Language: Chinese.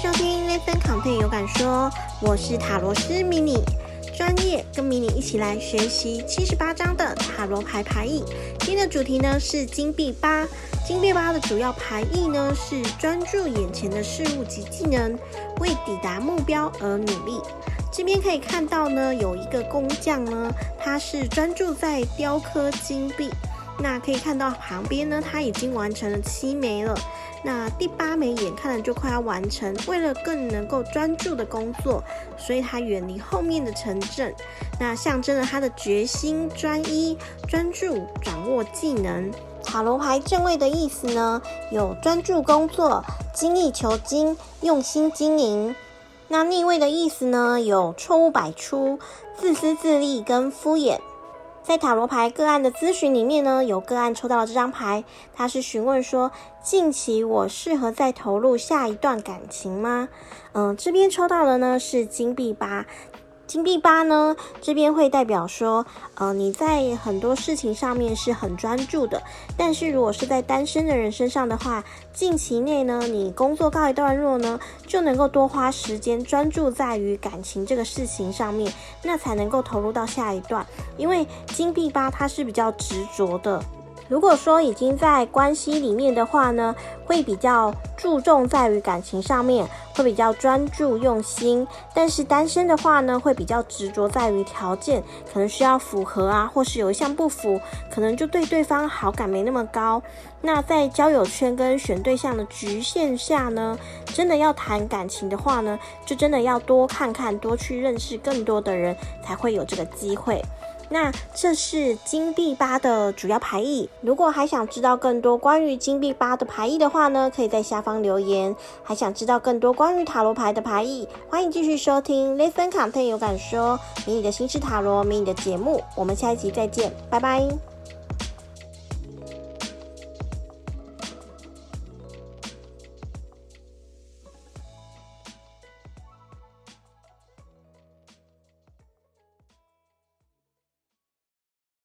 收听 Listen Content 有感说，我是塔罗师迷你，专业跟迷你一起来学习78张的塔罗牌牌意。今天的主题呢是金币八，金币八的主要牌意呢是专注眼前的事物及技能，为抵达目标而努力。这边可以看到呢，有一个工匠呢，他是专注在雕刻金币。那可以看到旁边呢，他已经完成了7枚了。那第8枚眼看着就快要完成，为了更能够专注的工作，所以他远离后面的城镇。那象征了他的决心、专一、专注、掌握技能。塔罗牌正位的意思呢，有专注工作、精益求精、用心经营。那逆位的意思呢，有错误百出、自私自利跟敷衍。在塔罗牌个案的咨询里面呢，有个案抽到了这张牌，他是询问说，近期我适合再投入下一段感情吗？这边抽到的呢是金币八。金币八呢，这边会代表说，你在很多事情上面是很专注的，但是如果是在单身的人身上的话，近期内呢，你工作告一段落呢，就能够多花时间专注在于感情这个事情上面，那才能够投入到下一段。因为金币八它是比较执着的。如果说已经在关系里面的话呢，会比较注重在于感情上面，会比较专注用心，但是单身的话呢，会比较执着在于条件，可能需要符合啊，或是有一项不符，可能就对对方好感没那么高。那在交友圈跟选对象的局限下呢，真的要谈感情的话呢，就真的要多看看，多去认识更多的人，才会有这个机会。那这是金币八的主要牌意。如果还想知道更多关于金币八的牌意的话呢，可以在下方留言。还想知道更多关于塔罗牌的牌意，欢迎继续收听 Listen Content 有感说迷你的心事塔罗迷你的节目。我们下一集再见，拜拜。